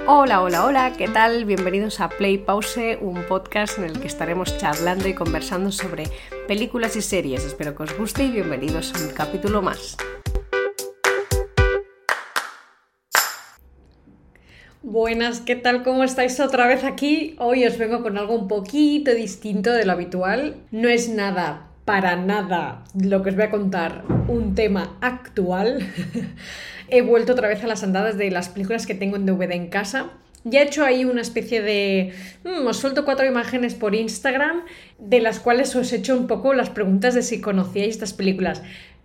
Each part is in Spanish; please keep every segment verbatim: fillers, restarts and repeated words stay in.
Hola, hola, hola, ¿qué tal? Bienvenidos a Play Pause, un podcast en el que estaremos charlando y conversando sobre películas y series. Espero que os guste y bienvenidos a un capítulo más. Buenas, ¿qué tal? ¿Cómo estáis otra vez aquí? Hoy os vengo con algo un poquito distinto de lo habitual. No es nada, para nada, lo que os voy a contar, un tema actual. He vuelto otra vez a las andadas de las películas que tengo en D V D en casa. Ya he hecho ahí una especie de... Mmm, os suelto cuatro imágenes por Instagram, de las cuales os he hecho un poco las preguntas de si conocíais estas películas.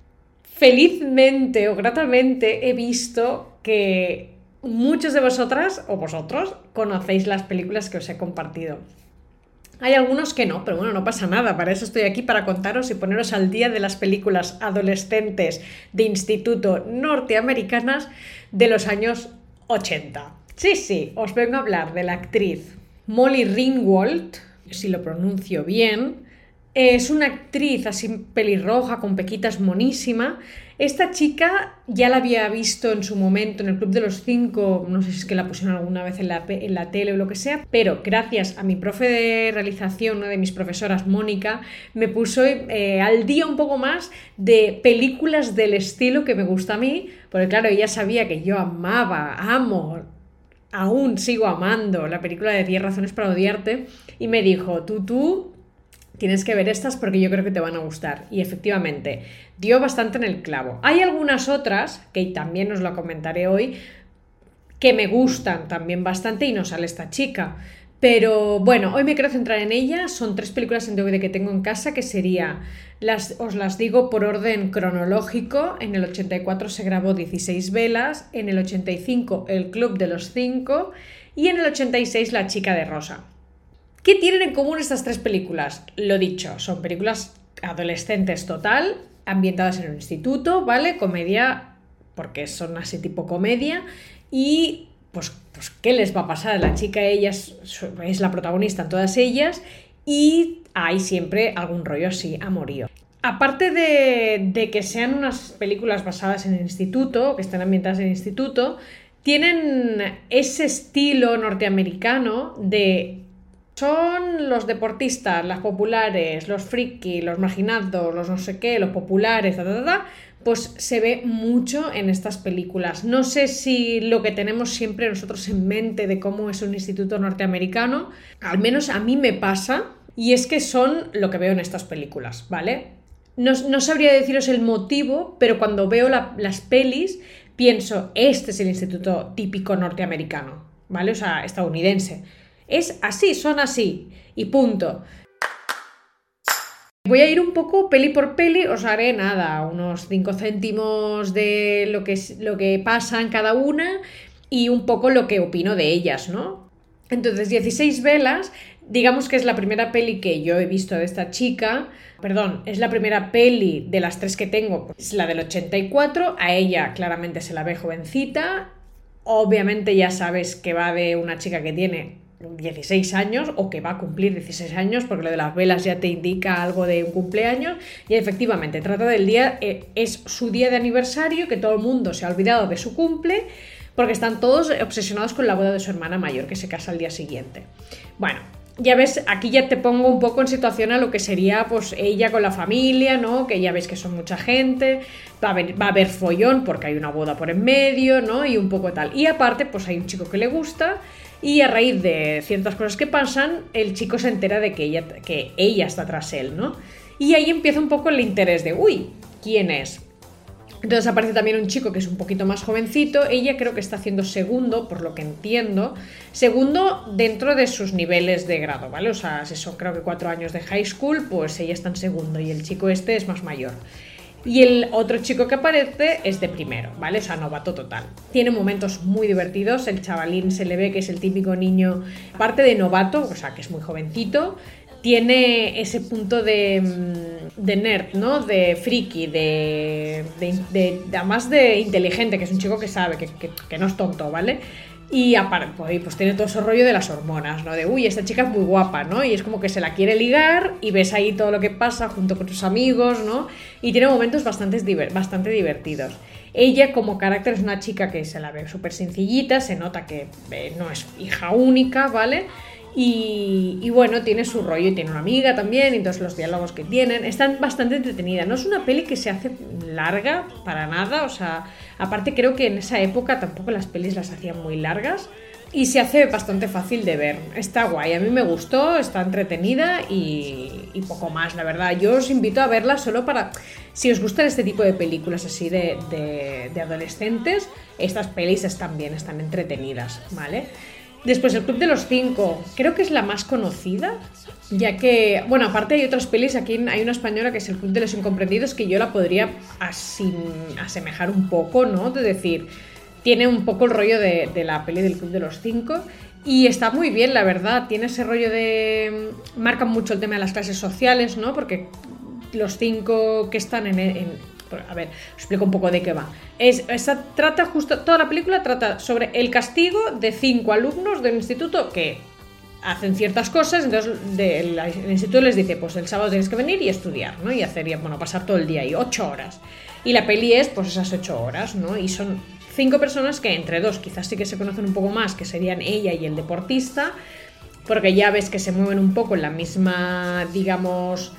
Felizmente o gratamente he visto que muchos de vosotras o vosotros conocéis las películas que os he compartido. Hay algunos que no, pero bueno, no pasa nada. Para eso estoy aquí, para contaros y poneros al día de las películas adolescentes de instituto norteamericanas de los años ochenta. Sí, sí, os vengo a hablar de la actriz Molly Ringwald, si lo pronuncio bien. Es una actriz así pelirroja, con pequitas, monísima. Esta chica ya la había visto en su momento en el Club de los Cinco, no sé si es que la pusieron alguna vez en la, en la tele o lo que sea, pero gracias a mi profe de realización, una de mis profesoras, Mónica, me puso eh, al día un poco más de películas del estilo que me gusta a mí, porque claro, ella sabía que yo amaba, amo, aún sigo amando la película de diez razones para odiarte, y me dijo, tú, tú... tienes que ver estas porque yo creo que te van a gustar. Y efectivamente, dio bastante en el clavo. Hay algunas otras, que también os lo comentaré hoy, que me gustan también bastante y no sale esta chica. Pero bueno, hoy me quiero centrar en ellas. Son tres películas en D V D que tengo en casa, que sería, las, os las digo por orden cronológico. En el ochenta y cuatro se grabó dieciséis velas, en el ochenta y cinco El Club de los Cinco y en el ochenta y seis La Chica de Rosa. ¿Qué tienen en común estas tres películas? Lo dicho, son películas adolescentes total, ambientadas en un instituto, ¿vale? Comedia, porque son así tipo comedia, y pues, pues ¿qué les va a pasar? La chica, ella es, es la protagonista en todas ellas, y hay siempre algún rollo así, amorío. Aparte de, de que sean unas películas basadas en el instituto, que están ambientadas en el instituto, tienen ese estilo norteamericano de... Son los deportistas, las populares, los frikis, los marginados, los no sé qué, los populares, ta, ta, ta, ta, pues se ve mucho en estas películas. No sé si lo que tenemos siempre nosotros en mente de cómo es un instituto norteamericano, al menos a mí me pasa, y es que son lo que veo en estas películas, ¿vale? No, no sabría deciros el motivo, pero cuando veo la, las pelis pienso, este es el instituto típico norteamericano, ¿vale? O sea, estadounidense. Es así, son así, y punto. Voy a ir un poco peli por peli, os haré nada, unos cinco céntimos de lo que, lo que pasa en cada una y un poco lo que opino de ellas, ¿no? Entonces, dieciséis velas, digamos que es la primera peli que yo he visto de esta chica, perdón, es la primera peli de las tres que tengo, es la del ochenta y cuatro, a ella claramente se la ve jovencita, obviamente ya sabes que va de una chica que tiene dieciséis años o que va a cumplir dieciséis años, porque lo de las velas ya te indica algo de un cumpleaños, y efectivamente trata del día, eh, es su día de aniversario, que todo el mundo se ha olvidado de su cumple porque están todos obsesionados con la boda de su hermana mayor, que se casa al día siguiente. Bueno, ya ves, aquí ya te pongo un poco en situación a lo que sería pues ella con la familia, ¿no? Que ya ves que son mucha gente, va a haber, va a haber follón porque hay una boda por en medio, ¿no? Y un poco tal. Y aparte, pues hay un chico que le gusta, y a raíz de ciertas cosas que pasan, el chico se entera de que ella, que ella está tras él, ¿no? Y ahí empieza un poco el interés de, uy, ¿quién es? Entonces aparece también un chico que es un poquito más jovencito. Ella creo que está haciendo segundo, por lo que entiendo. Segundo dentro de sus niveles de grado, ¿vale? O sea, si son creo que cuatro años de high school, pues ella está en segundo y el chico este es más mayor. Y el otro chico que aparece es de primero, ¿vale? O sea, novato total. Tiene momentos muy divertidos, el chavalín se le ve que es el típico niño, aparte de novato, o sea, que es muy jovencito, tiene ese punto de, de nerd, ¿no? De friki, de, de, de, de además de inteligente, que es un chico que sabe, que, que, que no es tonto, ¿vale? Y aparte, pues tiene todo ese rollo de las hormonas, ¿no? De, uy, esta chica es muy guapa, ¿no? Y es como que se la quiere ligar y ves ahí todo lo que pasa junto con sus amigos, ¿no? Y tiene momentos bastante, bastante divertidos. Ella como carácter es una chica que se la ve súper sencillita, se nota que eh, no es hija única, ¿vale? Y, y bueno, tiene su rollo y tiene una amiga también, y entonces los diálogos que tienen están bastante entretenidas. No es una peli que se hace larga para nada, o sea, aparte creo que en esa época tampoco las pelis las hacían muy largas y se hace bastante fácil de ver. Está guay, a mí me gustó, está entretenida y, y poco más, la verdad. Yo os invito a verla solo para, si os gustan este tipo de películas así de, de, de adolescentes, estas pelis están bien, están entretenidas, ¿vale? Después, El Club de los Cinco, creo que es la más conocida, ya que, bueno, aparte hay otras pelis, aquí hay una española que es El Club de los Incomprendidos, que yo la podría asim, asemejar un poco, ¿no? De decir, tiene un poco el rollo de, de la peli del Club de los Cinco, y está muy bien, la verdad, tiene ese rollo de... marcan mucho el tema de las clases sociales, ¿no? Porque los cinco que están en... en a ver, os explico un poco de qué va. Es, esta, trata justo, toda la película trata sobre el castigo de cinco alumnos de un instituto que hacen ciertas cosas, entonces de, el, el instituto les dice, pues el sábado tienes que venir y estudiar, ¿no? Y hacer, bueno, pasar todo el día ahí, ocho horas. Y la peli es, pues esas ocho horas, ¿no? Y son cinco personas que entre dos quizás sí que se conocen un poco más, que serían ella y el deportista, porque ya ves que se mueven un poco en la misma, digamos...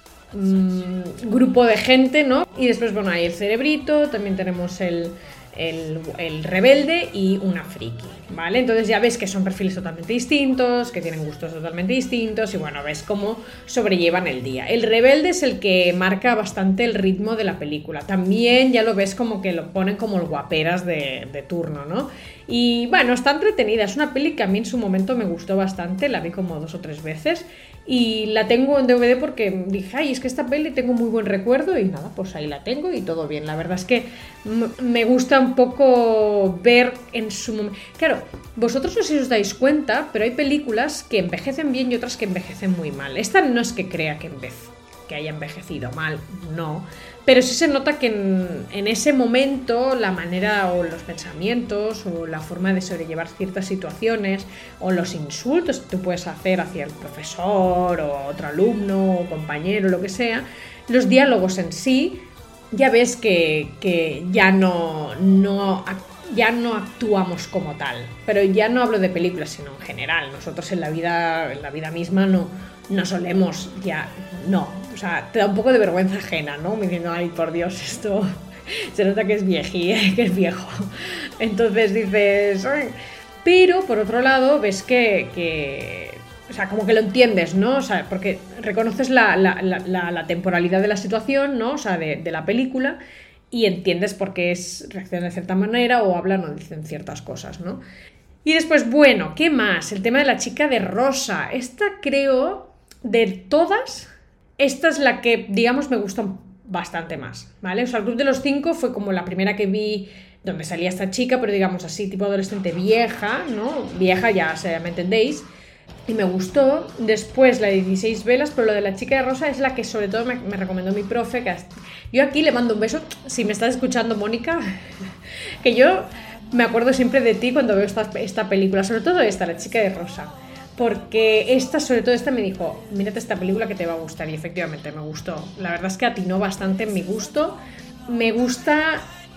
grupo de gente, ¿no? Y después, bueno, hay el cerebrito, también tenemos el, el, el rebelde y una friki, ¿vale? Entonces ya ves que son perfiles totalmente distintos, que tienen gustos totalmente distintos y bueno, ves cómo sobrellevan el día. El rebelde es el que marca bastante el ritmo de la película. También ya lo ves como que lo ponen como el guaperas de, de turno, ¿no? Y bueno, está entretenida. Es una peli que a mí en su momento me gustó bastante, la vi como dos o tres veces. Y la tengo en D V D porque dije, ay, es que esta peli tengo muy buen recuerdo y nada, pues ahí la tengo y todo bien. La verdad es que m- me gusta un poco ver en su momento. Claro, vosotros no sé si os dais cuenta, pero hay películas que envejecen bien y otras que envejecen muy mal. Esta no es que crea que, envej- que haya envejecido mal, no. Pero sí se nota que en, en ese momento la manera o los pensamientos o la forma de sobrellevar ciertas situaciones o los insultos que tú puedes hacer hacia el profesor o otro alumno o compañero, lo que sea, los diálogos en sí, ya ves que, que ya no, no, ya no actuamos como tal. Pero ya no hablo de películas, sino en general. Nosotros en la vida, en la vida misma no, no solemos ya... No, o sea, te da un poco de vergüenza ajena, ¿no? Me diciendo, ay, por Dios, esto se nota que es viejí, que es viejo. Entonces dices... Ay. Pero, por otro lado, ves que... que o sea, como que lo entiendes, ¿no? O sea, porque reconoces la, la, la, la temporalidad de la situación, ¿no? O sea, de, de la película, y entiendes por qué es, reaccionan de cierta manera o hablan o dicen ciertas cosas, ¿no? Y después, bueno, ¿qué más? El tema de la chica de rosa. Esta creo, de todas... Esta es la que, digamos, me gusta bastante más, ¿vale? O sea, El Club de los Cinco fue como la primera que vi donde salía esta chica, pero digamos así, tipo adolescente vieja, ¿no? Vieja, ya, o sea, me entendéis. Y me gustó. Después la de dieciséis velas, pero lo de la chica de rosa es la que sobre todo me, me recomendó mi profe. Que yo aquí le mando un beso, si me estás escuchando, Mónica, que yo me acuerdo siempre de ti cuando veo esta, esta película, sobre todo esta, la chica de rosa. Porque esta, sobre todo esta, me dijo, mírate esta película que te va a gustar. Y efectivamente me gustó. La verdad es que atinó bastante en mi gusto. Me gusta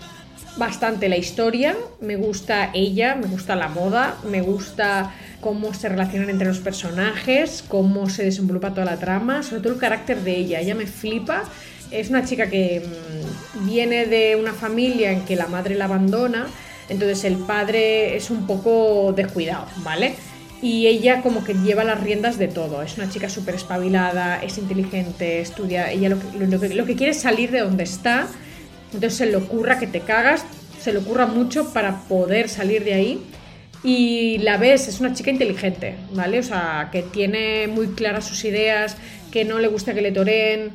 bastante la historia, me gusta ella, me gusta la moda, me gusta cómo se relacionan entre los personajes, cómo se desenvolupa toda la trama, sobre todo el carácter de ella. Ella me flipa. Es una chica que mmm, viene de una familia en que la madre la abandona, entonces el padre es un poco descuidado, ¿vale? Y ella como que lleva las riendas de todo. Es una chica súper espabilada, es inteligente, estudia. Ella lo que, lo, que, lo que quiere es salir de donde está. Entonces se le ocurra que te cagas, se le ocurra mucho para poder salir de ahí. Y la ves, es una chica inteligente, ¿vale? O sea, que tiene muy claras sus ideas, que no le gusta que le toreen.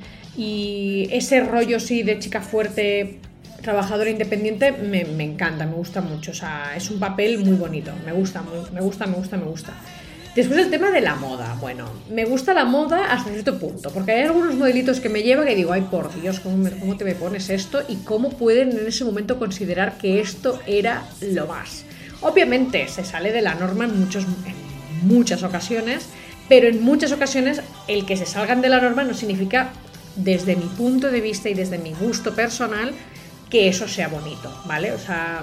Y ese rollo sí de chica fuerte, trabajadora independiente, me, me encanta, me gusta mucho. O sea, es un papel muy bonito, me gusta, muy, me gusta, me gusta, me gusta. Después el tema de la moda. Bueno, me gusta la moda hasta cierto punto, porque hay algunos modelitos que me llevan que digo, ay, por Dios, ¿cómo, me, cómo te me pones esto? Y cómo pueden en ese momento considerar que esto era lo más. Obviamente se sale de la norma en, muchos, en muchas ocasiones, pero en muchas ocasiones el que se salgan de la norma no significa, desde mi punto de vista y desde mi gusto personal, que eso sea bonito, ¿vale? O sea,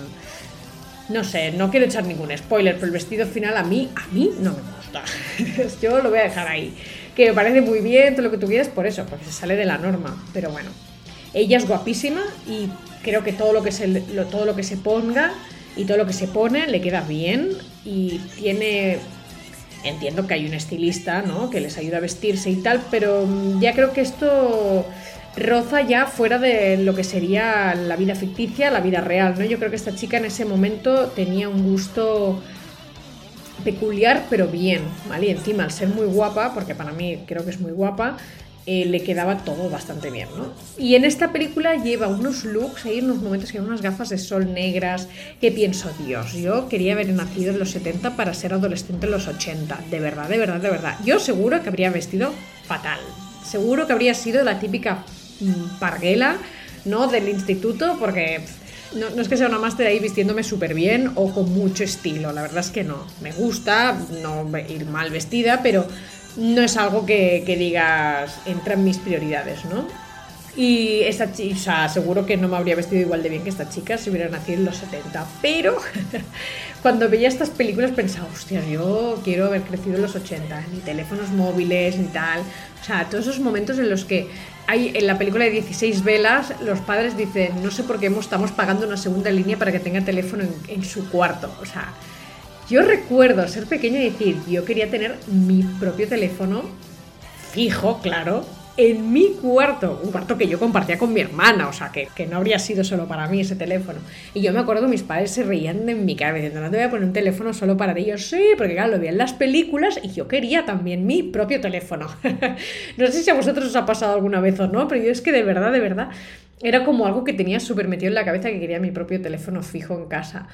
mmm, no sé, no quiero echar ningún spoiler, pero el vestido final a mí, a mí no me gusta. Yo lo voy a dejar ahí. Que me parece muy bien, todo lo que tú quieras, por eso, porque se sale de la norma. Pero bueno, ella es guapísima y creo que todo lo que se, lo, todo lo que se ponga y todo lo que se pone le queda bien y tiene... Entiendo que hay un estilista, ¿no?, que les ayuda a vestirse y tal, pero ya creo que esto roza ya fuera de lo que sería la vida ficticia, la vida real, ¿no? Yo creo que esta chica en ese momento tenía un gusto peculiar, pero bien, ¿vale? Y encima, al ser muy guapa, porque para mí creo que es muy guapa, eh, le quedaba todo bastante bien, ¿no? Y en esta película lleva unos looks, hay unos momentos que lleva unas gafas de sol negras, que pienso, Dios, yo quería haber nacido en los setenta para ser adolescente en los ochenta, de verdad, de verdad, de verdad. Yo seguro que habría vestido fatal, seguro que habría sido la típica mmm, parguela, ¿no?, del instituto, porque... No, no es que sea una máster ahí vistiéndome súper bien o con mucho estilo, la verdad es que no. Me gusta no ir mal vestida, pero no es algo que, que digas entra en mis prioridades, ¿no? Y esta chica, o sea, seguro que no me habría vestido igual de bien que esta chica si hubiera nacido en los setenta, pero cuando veía estas películas pensaba, hostia, yo quiero haber crecido en los ochenta, ni teléfonos móviles, ni tal. O sea, todos esos momentos en los que hay en la película de dieciséis velas, los padres dicen, no sé por qué estamos pagando una segunda línea para que tenga teléfono en, en su cuarto. O sea, yo recuerdo ser pequeña y decir, yo quería tener mi propio teléfono fijo, claro, en mi cuarto, un cuarto que yo compartía con mi hermana, o sea, que, que no habría sido solo para mí ese teléfono. Y yo me acuerdo que mis padres se reían en mi cara diciendo, no te voy a poner un teléfono solo para ellos. Sí, porque claro, lo veían las películas y yo quería también mi propio teléfono. No sé si a vosotros os ha pasado alguna vez o no, pero yo es que de verdad, de verdad, era como algo que tenía súper metido en la cabeza, que quería mi propio teléfono fijo en casa.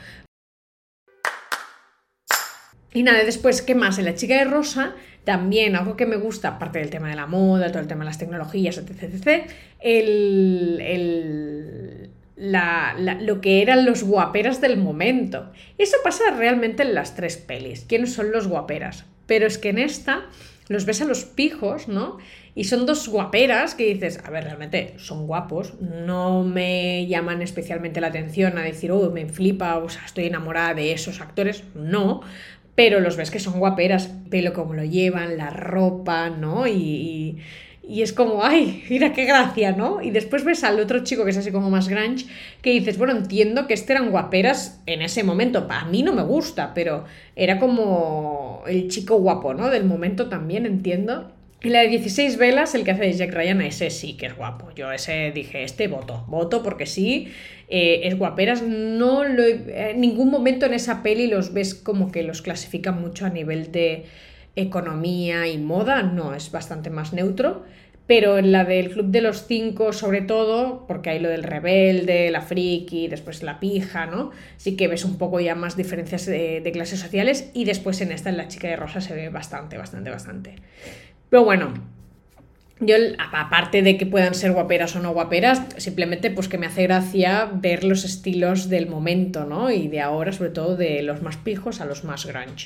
Y nada, después, ¿qué más? En La chica de rosa, también algo que me gusta, aparte del tema de la moda, todo el tema de las tecnologías, etc, etc, el, el, la, la, lo que eran los guaperas del momento. Eso pasa realmente en las tres pelis. ¿Quiénes son los guaperas? Pero es que en esta los ves a los pijos, ¿no? Y son dos guaperas que dices, a ver, realmente son guapos, no me llaman especialmente la atención a decir, oh, me flipa, o sea, estoy enamorada de esos actores, no. Pero los ves que son guaperas, pelo como lo llevan, la ropa, ¿no? Y, y, y es como, ¡ay, mira qué gracia!, ¿no? Y después ves al otro chico que es así como más grunge, que dices, bueno, entiendo que este eran guaperas en ese momento. A mí no me gusta, pero era como el chico guapo, ¿no?, del momento también, entiendo. Y la de dieciséis velas, el que hace de Jack Ryan, ese sí que es guapo. Yo ese dije, este voto, voto porque sí, eh, es guaperas. No lo he, en ningún momento en esa peli los ves como que los clasifican mucho a nivel de economía y moda, no, es bastante más neutro. Pero en la del Club de los Cinco, sobre todo, porque hay lo del rebelde, la friki, después la pija, ¿no? Sí que ves un poco ya más diferencias de, de clases sociales, y después en esta, en La chica de rosa, se ve bastante, bastante, bastante. Pero bueno, yo aparte de que puedan ser guaperas o no guaperas, simplemente pues que me hace gracia ver los estilos del momento, ¿no? Y de ahora, sobre todo de los más pijos a los más grunge.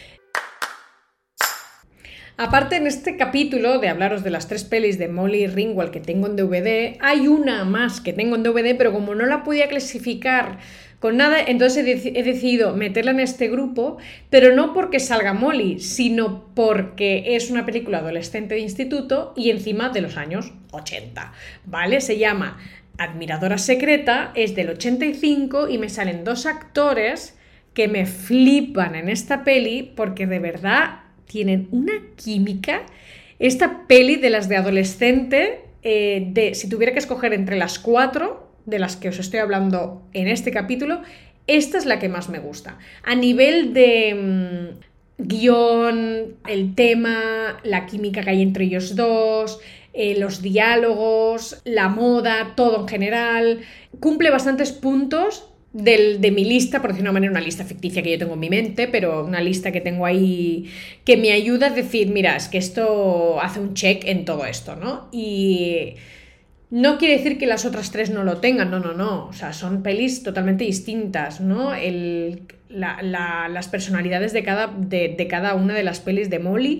Aparte, en este capítulo de hablaros de las tres pelis de Molly Ringwald que tengo en D V D, hay una más que tengo en D V D, pero como no la podía clasificar con nada, entonces he, dec- he decidido meterla en este grupo, pero no porque salga Molly, sino porque es una película adolescente de instituto y encima de los años ochenta, ¿vale? Se llama Admiradora secreta, es del ochenta y cinco y me salen dos actores que me flipan en esta peli porque de verdad tienen una química. Esta peli de las de adolescente, eh, de, si tuviera que escoger entre las cuatro de las que os estoy hablando en este capítulo, esta es la que más me gusta. A nivel de mmm, guión, el tema, la química que hay entre ellos dos, eh, los diálogos, la moda, todo en general, cumple bastantes puntos Del, de mi lista, por decir de una manera, una lista ficticia que yo tengo en mi mente, pero una lista que tengo ahí que me ayuda a decir, mira, es que esto hace un check en todo esto, ¿no? Y no quiere decir que las otras tres no lo tengan, no, no, no, o sea, son pelis totalmente distintas, ¿no? El, la, la, las personalidades de cada, de, de cada una de las pelis de Molly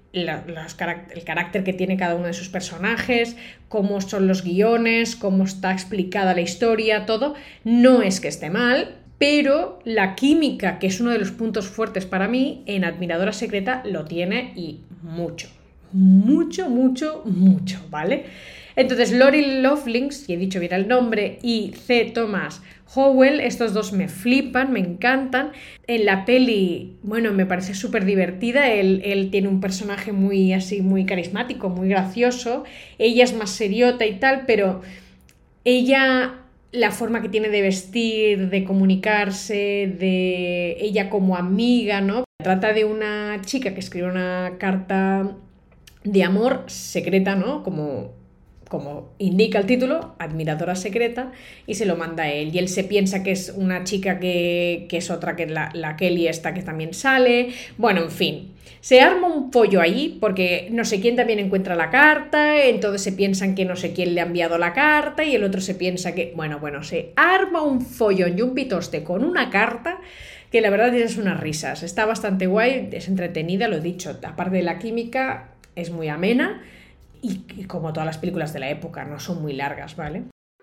la, los carac- el carácter que tiene cada uno de sus personajes, cómo son los guiones, cómo está explicada la historia, todo. No es que esté mal, pero la química, que es uno de los puntos fuertes para mí, en Admiradora Secreta lo tiene y mucho. Mucho, mucho, mucho, ¿vale? Entonces, Lori Loughlin, si he dicho bien el nombre, y C. Thomas Howell, estos dos me flipan, me encantan. En la peli, bueno, me parece súper divertida. Él, él tiene un personaje muy así, muy carismático, muy gracioso. Ella es más seriota y tal, pero ella, la forma que tiene de vestir, de comunicarse, de ella como amiga, ¿no? Trata de una chica que escribe una carta de amor secreta, ¿no? Como, como indica el título, admiradora secreta, y se lo manda a él. Y él se piensa que es una chica que, que es otra que la, la Kelly esta que también sale. Bueno, en fin. Se arma un pollo ahí porque no sé quién también encuentra la carta, entonces se piensan que no sé quién le ha enviado la carta y el otro se piensa que... Bueno, bueno, se arma un follón y un pitoste con una carta que la verdad es unas risas. Está bastante guay, es entretenida, lo he dicho. Aparte de la química, es muy amena y, y como todas las películas de la época, no son muy largas, ¿vale?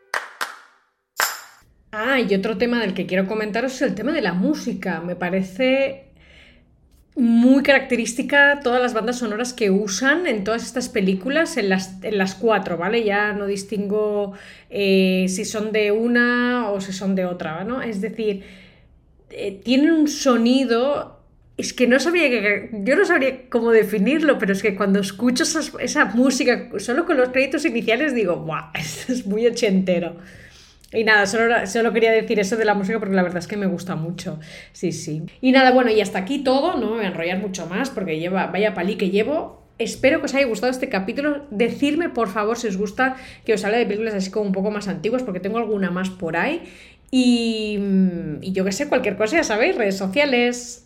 Ah, y otro tema del que quiero comentaros es el tema de la música. Me parece muy característica todas las bandas sonoras que usan en todas estas películas, en las, en las cuatro, ¿vale? Ya no distingo eh, si son de una o si son de otra, ¿no? Es decir, eh, tienen un sonido... Es que no sabía que, yo no sabría cómo definirlo, pero es que cuando escucho esas, esa música solo con los créditos iniciales digo, ¡guau! Esto es muy ochentero. Y nada, solo, solo quería decir eso de la música porque la verdad es que me gusta mucho. Sí, sí. Y nada, bueno, y hasta aquí todo. No me voy a enrollar mucho más porque lleva, vaya palí que llevo. Espero que os haya gustado este capítulo. Decidme, por favor, si os gusta que os hable de películas así como un poco más antiguas, porque tengo alguna más por ahí. Y, y yo qué sé, cualquier cosa, ya sabéis, redes sociales,